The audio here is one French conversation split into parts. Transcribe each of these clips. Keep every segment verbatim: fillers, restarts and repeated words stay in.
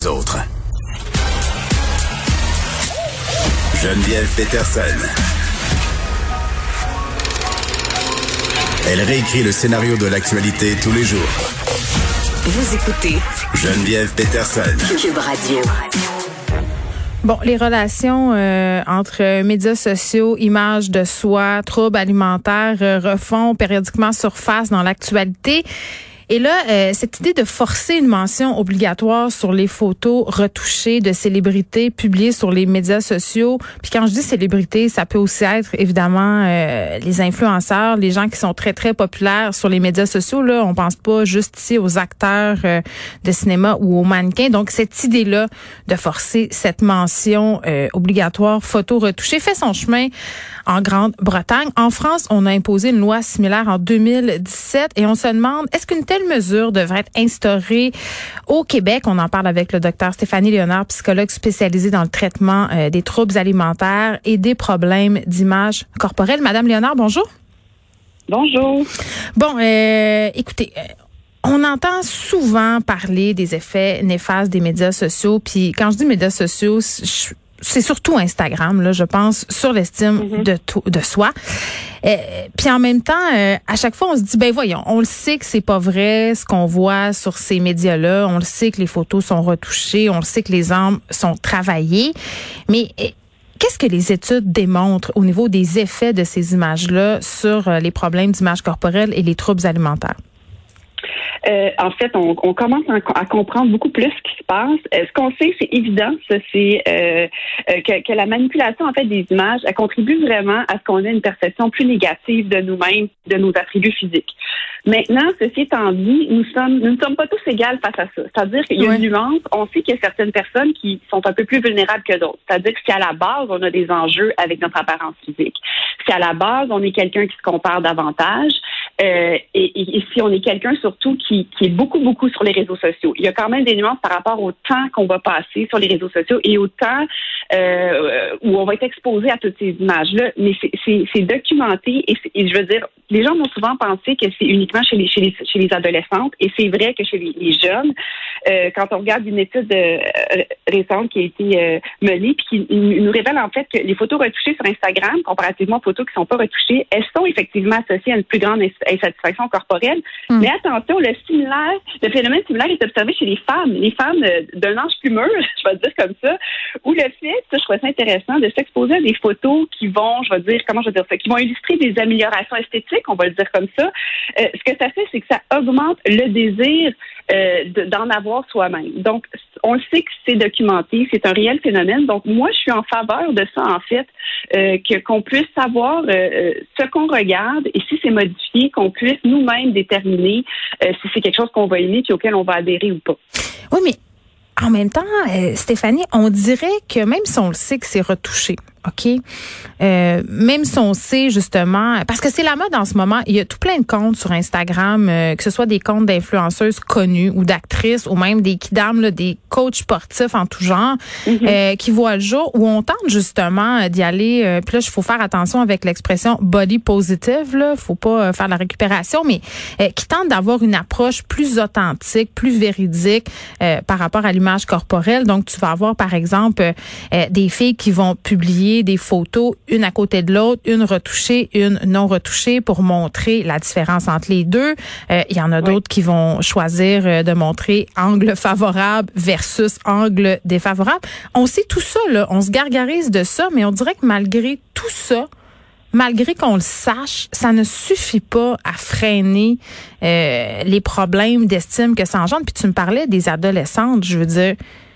Autres. Geneviève Peterson. Elle réécrit le scénario de l'actualité tous les jours. Vous écoutez Geneviève Peterson. Cube Radio. Bon, les relations euh, entre médias sociaux, images de soi, troubles alimentaires euh, refont périodiquement surface dans l'actualité. Et là, euh, cette idée de forcer une mention obligatoire sur les photos retouchées de célébrités publiées sur les médias sociaux. Puis quand je dis célébrités, ça peut aussi être évidemment euh, les influenceurs, les gens qui sont très, très populaires sur les médias sociaux. Là, on pense pas juste ici aux acteurs euh, de cinéma ou aux mannequins. Donc, cette idée-là de forcer cette mention euh, obligatoire photo retouchée fait son chemin en Grande-Bretagne. En France, on a imposé une loi similaire en deux mille dix-sept et on se demande, est-ce qu'une telle mesure devrait être instaurée au Québec? On en parle avec le docteur Stéphanie Léonard, psychologue spécialisée dans le traitement euh, des troubles alimentaires et des problèmes d'image corporelle. Madame Léonard, bonjour. Bonjour. Bon, euh, écoutez, euh, on entend souvent parler des effets néfastes des médias sociaux. Puis quand je dis médias sociaux, je c'est surtout Instagram, là, je pense, sur l'estime mm-hmm. de, to- de soi. Euh, puis en même temps, euh, à chaque fois, on se dit, ben voyons, on le sait que c'est pas vrai ce qu'on voit sur ces médias-là. On le sait que les photos sont retouchées. On le sait que les angles sont travaillés. Mais euh, qu'est-ce que les études démontrent au niveau des effets de ces images-là sur euh, les problèmes d'image corporelle et les troubles alimentaires? Euh, en fait, on, on commence à, à comprendre beaucoup plus ce qui se passe. Euh, ce qu'on sait, c'est évident, ça, c'est euh, euh, que, que la manipulation en fait des images, elle contribue vraiment à ce qu'on ait une perception plus négative de nous-mêmes, de nos attributs physiques. Maintenant, ceci étant dit, nous sommes, nous ne sommes pas tous égales face à ça. C'est-à-dire qu'il y a ouais. une nuance. On sait qu'il y a certaines personnes qui sont un peu plus vulnérables que d'autres. C'est-à-dire que si à la base, on a des enjeux avec notre apparence physique, si à la base, on est quelqu'un qui se compare davantage, euh, et, et, et si on est quelqu'un surtout qui, qui est beaucoup, beaucoup sur les réseaux sociaux, il y a quand même des nuances par rapport au temps qu'on va passer sur les réseaux sociaux et au temps euh, où on va être exposé à toutes ces images-là. Mais c'est, c'est, c'est documenté et, et je veux dire, les gens vont souvent penser que c'est uniquement chez les, chez les, chez les adolescentes et c'est vrai que chez les, les jeunes, euh, quand on regarde une étude euh, récente qui a été euh, menée puis qui nous révèle en fait que les photos retouchées sur Instagram, comparativement aux photos qui ne sont pas retouchées, elles sont effectivement associées à une plus grande insatisfaction corporelle. Mmh. Mais attention, le similaire, le phénomène similaire est observé chez les femmes, les femmes euh, d'un âge plus mûr, je vais dire comme ça, où le fait, ça, je trouve ça intéressant, de s'exposer à des photos qui vont, je vais dire, comment je vais dire ça, qui vont illustrer des améliorations esthétiques, on va le dire comme ça. Euh, ce que ça fait, c'est que ça augmente le désir euh, de, d'en avoir soi-même. Donc, on le sait que c'est documenté, c'est un réel phénomène. Donc, moi, je suis en faveur de ça, en fait, euh, que, qu'on puisse savoir euh, ce qu'on regarde et si c'est modifié, qu'on puisse nous-mêmes déterminer euh, si c'est quelque chose qu'on va aimer puis auquel on va adhérer ou pas. Oui, mais en même temps, euh, Stéphanie, on dirait que même si on le sait que c'est retouché, OK? Euh, même si on sait justement, parce que c'est la mode en ce moment, il y a tout plein de comptes sur Instagram, euh, que ce soit des comptes d'influenceuses connues ou d'actrices ou même des kidams, là, des coachs sportifs en tout genre, mm-hmm. euh, qui voient le jour, où on tente justement d'y aller, euh, puis là, il faut faire attention avec l'expression body positive, là, faut pas euh, faire la récupération, mais euh, qui tentent d'avoir une approche plus authentique, plus véridique euh, par rapport à l'image corporelle. Donc, tu vas avoir, par exemple, euh, des filles qui vont publier des photos, une à côté de l'autre, une retouchée, une non retouchée pour montrer la différence entre les deux. Euh, il y en a oui. d'autres qui vont choisir euh, de montrer angle favorable versus angle défavorable. On sait tout ça, là. On se gargarise de ça, mais on dirait que malgré tout ça, malgré qu'on le sache, ça ne suffit pas à freiner euh, les problèmes d'estime que ça engendre. Puis tu me parlais des adolescentes, je veux dire,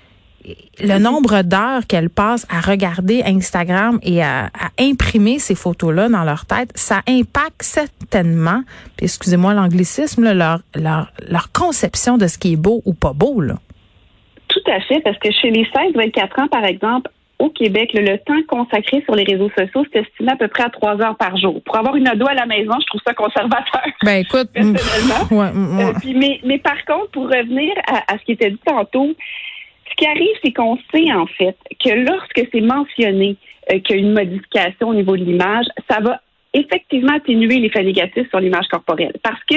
le nombre d'heures qu'elles passent à regarder Instagram et à, à imprimer ces photos-là dans leur tête, ça impacte certainement, puis excusez-moi l'anglicisme, là, leur, leur, leur conception de ce qui est beau ou pas beau, là. Tout à fait, parce que chez les seize vingt-quatre ans, par exemple, au Québec, le, le temps consacré sur les réseaux sociaux, c'est estimé à peu près à trois heures par jour. Pour avoir une ado à la maison, je trouve ça conservateur. Ben écoute, personnellement. Ouais, ouais. Euh, puis, mais, mais par contre, pour revenir à, à ce qui était dit tantôt, ce qui arrive, c'est qu'on sait en fait que lorsque c'est mentionné euh, qu'il y a une modification au niveau de l'image, ça va effectivement atténuer l'effet négatif sur l'image corporelle. Parce que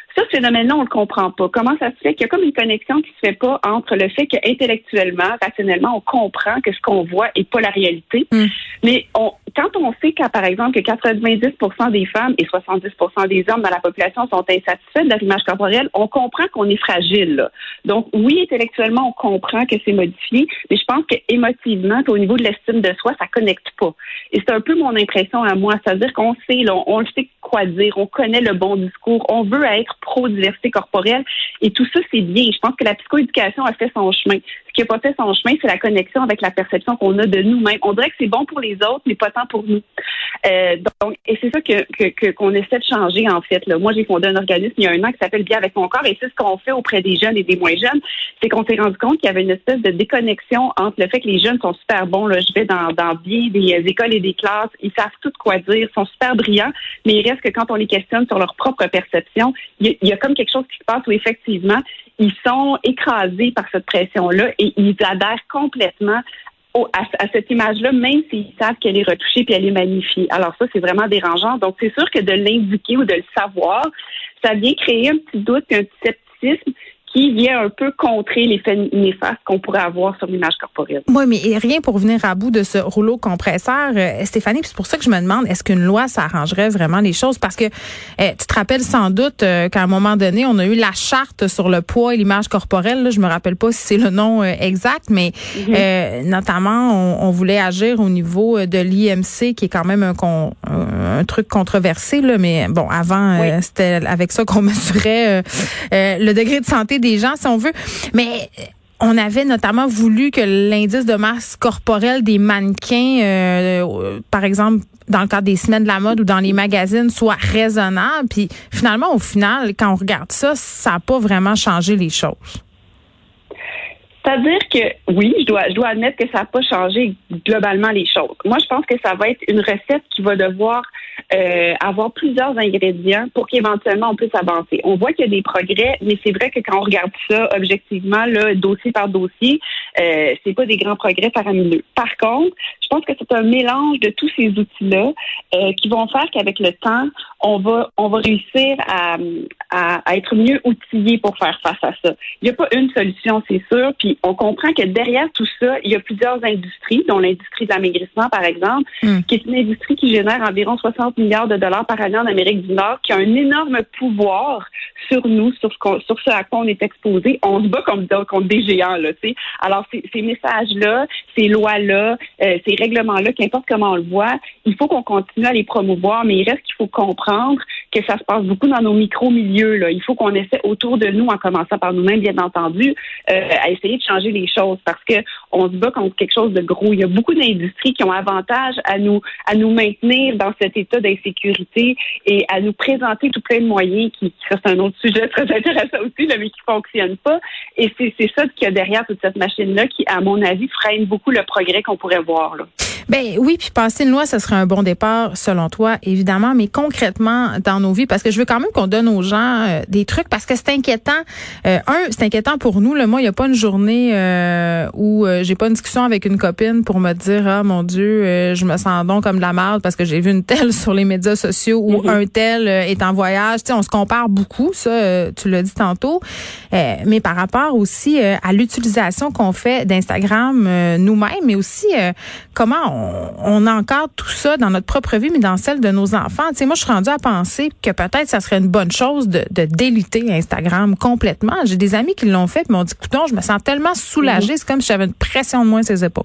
Ça, ce phénomène-là, on le comprend pas. Comment ça se fait qu'il y a comme une connexion qui se fait pas entre le fait qu'intellectuellement, rationnellement, on comprend que ce qu'on voit est pas la réalité. Mm. Mais on, quand on sait qu'à, par exemple, que quatre-vingt-dix pour cent des femmes et soixante-dix pour cent des hommes dans la population sont insatisfaits de leur image corporelle, on comprend qu'on est fragile, là. Donc, oui, intellectuellement, on comprend que c'est modifié, mais je pense que émotivement, au niveau de l'estime de soi, ça connecte pas. Et c'est un peu mon impression à moi. C'est-à-dire qu'on sait, là, on, on le sait quoi dire, on connaît le bon discours, on veut être pro-diversité corporelle, et tout ça, c'est bien. Je pense que la psychoéducation a fait son chemin. Ce qui n'a pas fait son chemin, c'est la connexion avec la perception qu'on a de nous-mêmes. On dirait que c'est bon pour les autres, mais pas tant pour nous. Euh, donc, et c'est ça que, que, que qu'on essaie de changer, en fait. Là. Moi, j'ai fondé un organisme il y a un an qui s'appelle Bien avec mon corps, et c'est ce qu'on fait auprès des jeunes et des moins jeunes. C'est qu'on s'est rendu compte qu'il y avait une espèce de déconnexion entre le fait que les jeunes sont super bons. Là, je vais dans, dans bien des écoles et des classes, ils savent tout quoi dire, sont super brillants, mais il reste que quand on les questionne sur leur propre perception, il y a, il y a comme quelque chose qui se passe où effectivement, ils sont écrasés par cette pression-là et ils adhèrent complètement au, à, à cette image-là, même s'ils savent qu'elle est retouchée puis elle est magnifiée. Alors ça, c'est vraiment dérangeant. Donc, c'est sûr que de l'indiquer ou de le savoir, ça vient créer un petit doute et un petit scepticisme qui vient un peu contrer l'effet néfaste qu'on pourrait avoir sur l'image corporelle. Oui, mais rien pour venir à bout de ce rouleau compresseur, euh, Stéphanie, puis c'est pour ça que je me demande, est-ce qu'une loi, ça arrangerait vraiment les choses? Parce que euh, tu te rappelles sans doute euh, qu'à un moment donné, on a eu la charte sur le poids et l'image corporelle. Là, je me rappelle pas si c'est le nom euh, exact, mais mm-hmm. euh, notamment, on, on voulait agir au niveau de l'I M C, qui est quand même un, con, un, un truc controversé, là, mais bon, avant, oui. euh, c'était avec ça qu'on mesurait euh, euh, le degré de santé des gens, si on veut. Mais on avait notamment voulu que l'indice de masse corporelle des mannequins, euh, par exemple, dans le cadre des semaines de la mode ou dans les magazines, soit raisonnable. Puis finalement, au final, quand on regarde ça, ça n'a pas vraiment changé les choses. C'est-à-dire que, oui, je dois, je dois admettre que ça n'a pas changé globalement les choses. Moi, je pense que ça va être une recette qui va devoir euh, avoir plusieurs ingrédients pour qu'éventuellement on puisse avancer. On voit qu'il y a des progrès, mais c'est vrai que quand on regarde ça objectivement, là, dossier par dossier, euh, c'est pas des grands progrès faramineux. Par contre, je pense que c'est un mélange de tous ces outils-là euh, qui vont faire qu'avec le temps, on va, on va réussir à, à, à être mieux outillés pour faire face à ça. Il n'y a pas une solution, c'est sûr, puis on comprend que derrière tout ça, il y a plusieurs industries, dont l'industrie de l'amaigrissement, par exemple, mm. qui est une industrie qui génère environ soixante milliards de dollars par année en Amérique du Nord, qui a un énorme pouvoir sur nous, sur ce, qu'on, sur ce à quoi on est exposé. On se bat comme, contre des géants, là, tu sais. Alors, ces, ces messages-là, ces lois-là, euh, ces règlements-là, qu'importe comment on le voit, il faut qu'on continue à les promouvoir, mais il reste qu'il faut comprendre que ça se passe beaucoup dans nos micro-milieux, là. Il faut qu'on essaie autour de nous, en commençant par nous-mêmes, bien entendu, euh, à essayer de changer les choses parce que on se bat contre quelque chose de gros. Il y a beaucoup d'industries qui ont avantage à nous à nous maintenir dans cet état d'insécurité et à nous présenter tout plein de moyens qui, ça c'est un autre sujet très intéressant aussi, là, mais qui fonctionnent pas. Et c'est, c'est ça qu'il y a derrière toute cette machine-là qui, à mon avis, freine beaucoup le progrès qu'on pourrait voir, là. Ben oui, puis passer une loi, ce serait un bon départ, selon toi, évidemment, mais concrètement dans nos vies, parce que je veux quand même qu'on donne aux gens euh, des trucs, parce que c'est inquiétant. Euh, un, c'est inquiétant pour nous. Là, moi, il n'y a pas une journée euh, où euh, j'ai pas une discussion avec une copine pour me dire, ah mon Dieu, euh, je me sens donc comme de la merde parce que j'ai vu une telle sur les médias sociaux ou mm-hmm. un tel euh, est en voyage. Tu sais, on se compare beaucoup, ça, euh, tu l'as dit tantôt. Euh, mais par rapport aussi euh, à l'utilisation qu'on fait d'Instagram euh, nous-mêmes, mais aussi euh, comment on on encadre tout ça dans notre propre vie, mais dans celle de nos enfants. Tu sais, moi, je suis rendue à penser que peut-être ça serait une bonne chose de, de déliter Instagram complètement. J'ai des amis qui l'ont fait et m'ont dit, écoute, je me sens tellement soulagée, c'est comme si j'avais une pression de moins sur les épaules.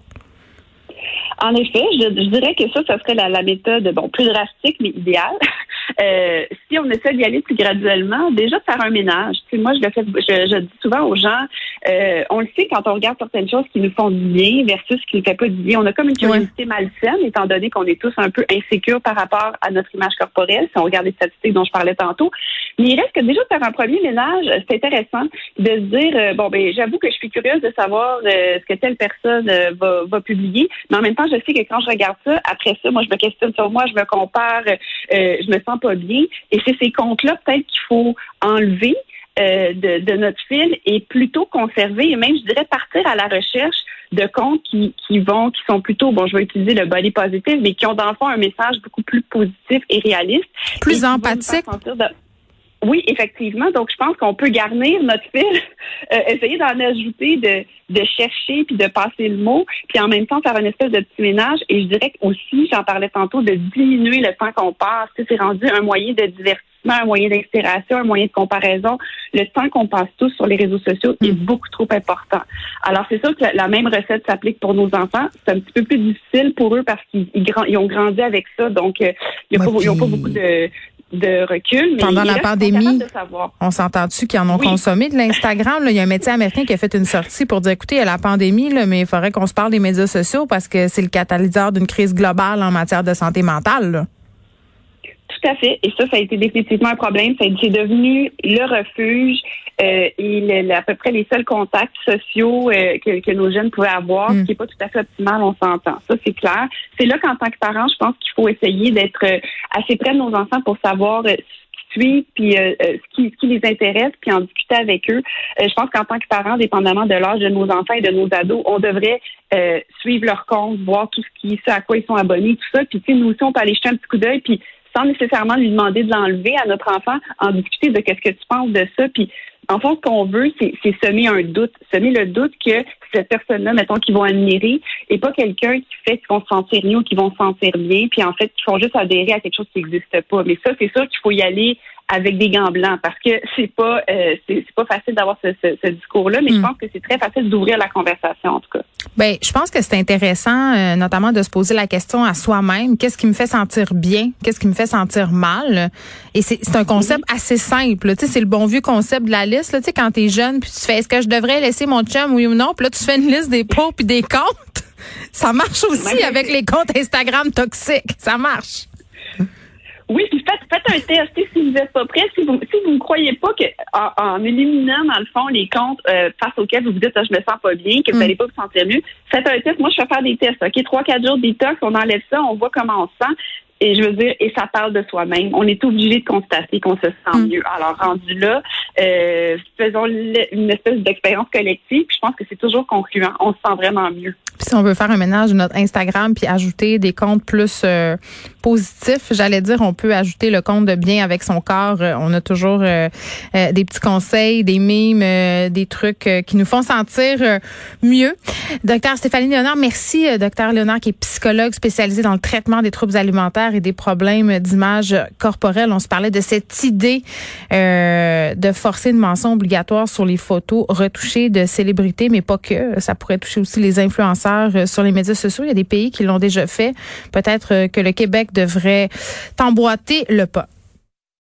En effet, je, je dirais que ça, ça serait la, la méthode, bon, plus drastique, mais idéale. Euh, si on essaie d'y aller plus graduellement, déjà de faire un ménage. Tu sais, moi, je le fais, je, je dis souvent aux gens, euh, on le sait quand on regarde certaines choses qui nous font du bien versus ce qui ne fait pas du bien. On a comme une curiosité ouais. malsaine, étant donné qu'on est tous un peu insécures par rapport à notre image corporelle, si on regarde les statistiques dont je parlais tantôt. Mais il reste que déjà de faire un premier ménage, c'est intéressant de se dire, euh, bon, ben, j'avoue que je suis curieuse de savoir euh, ce que telle personne euh, va, va publier, mais en même temps, je sais que quand je regarde ça, après ça, moi, je me questionne sur moi, je me compare, euh, je me sens pas bien. Et c'est ces comptes-là, peut-être qu'il faut enlever euh, de, de notre fil et plutôt conserver et même, je dirais, partir à la recherche de comptes qui, qui vont, qui sont plutôt, bon, je vais utiliser le body positive, mais qui ont dans le fond un message beaucoup plus positif et réaliste. Plus et empathique. Oui, effectivement. Donc, je pense qu'on peut garnir notre fil, euh, essayer d'en ajouter, de, de chercher, puis de passer le mot, puis en même temps faire une espèce de petit ménage. Et je dirais aussi, j'en parlais tantôt, de diminuer le temps qu'on passe. Tu sais, c'est rendu un moyen de divertissement, un moyen d'inspiration, un moyen de comparaison. Le temps qu'on passe tous sur les réseaux sociaux est beaucoup trop important. Alors, c'est sûr que la, la même recette s'applique pour nos enfants. C'est un petit peu plus difficile pour eux parce qu'ils ils, ils ont grandi avec ça. Donc, euh, ils n'ont ouais, pas, pas beaucoup de... de recul. Mais pendant la pandémie, de on s'entend-tu qu'ils en ont oui. consommé de l'Instagram? Là? Il y a un médecin américain qui a fait une sortie pour dire, écoutez, il y a la pandémie, là, mais il faudrait qu'on se parle des médias sociaux parce que c'est le catalyseur d'une crise globale en matière de santé mentale. Là. Tout à fait. Et ça, ça a été définitivement un problème. C'est devenu le refuge euh, et le, le, à peu près les seuls contacts sociaux euh, que, que nos jeunes pouvaient avoir, mm. ce qui n'est pas tout à fait optimal, on s'entend. Ça, c'est clair. C'est là qu'en tant que parent, je pense qu'il faut essayer d'être euh, assez près de nos enfants pour savoir euh, ce qu'ils suivent, puis euh, ce, qui, ce qui les intéresse, puis en discuter avec eux. Euh, je pense qu'en tant que parents, dépendamment de l'âge de nos enfants et de nos ados, on devrait euh, suivre leur compte, voir tout ce qui, ce à quoi ils sont abonnés, tout ça. Puis tu sais, nous aussi, on peut aller jeter un petit coup d'œil, puis sans nécessairement lui demander de l'enlever à notre enfant, en discuter de qu'est-ce que tu penses de ça. Puis, en fond, ce qu'on veut, c'est, c'est semer un doute. Semer le doute que cette personne-là, mettons, qu'ils vont admirer, et pas quelqu'un qui fait qu'ils vont se sentir mieux ou qu'ils vont se sentir bien, puis en fait, qu'ils font juste adhérer à quelque chose qui n'existe pas. Mais ça, c'est sûr qu'il faut y aller avec des gants blancs parce que c'est pas euh, c'est, c'est pas facile d'avoir ce, ce, ce discours-là, mais mm. je pense que c'est très facile d'ouvrir la conversation, en tout cas. Ben, je pense que c'est intéressant, euh, notamment de se poser la question à soi-même. Qu'est-ce qui me fait sentir bien? Qu'est-ce qui me fait sentir mal? Et c'est, c'est un concept mm-hmm. assez simple. Tu sais, c'est le bon vieux concept de la liste. Là, tu sais, quand t'es jeune, puis tu fais, est-ce que je devrais laisser mon chum, oui ou non? Puis là, tu fais une liste des pour puis des contre. Ça marche aussi Même avec les comptes Instagram toxiques. Ça marche. Oui, puis faites, faites un test si vous n'êtes pas prêt. Si vous si vous ne croyez pas que en, en éliminant, dans le fond, les comptes euh, face auxquels vous vous dites ah, je me sens pas bien, que vous n'allez mm. pas vous sentir mieux, faites un test. Moi, je fais faire des tests. OK, trois, quatre jours de détox, on enlève ça, on voit comment on se sent. Et je veux dire, et ça parle de soi-même. On est obligé de constater qu'on se sent mm. mieux. Alors, rendu là, euh, faisons une espèce d'expérience collective. Puis je pense que c'est toujours concluant. On se sent vraiment mieux. Puis si on veut faire un ménage de notre Instagram puis ajouter des comptes plus euh, positifs, j'allais dire, on peut ajouter le compte de bien avec son corps. Euh, on a toujours euh, euh, des petits conseils, des mimes, euh, des trucs euh, qui nous font sentir euh, mieux. Docteur Stéphanie Léonard, merci. Euh, Docteur Léonard qui est psychologue spécialisée dans le traitement des troubles alimentaires et des problèmes d'image corporelle. On se parlait de cette idée euh, de forcer une mention obligatoire sur les photos retouchées de célébrités, mais pas que. Ça pourrait toucher aussi les influenceurs sur les médias sociaux. Il y a des pays qui l'ont déjà fait. Peut-être que le Québec devrait t'emboîter le pas.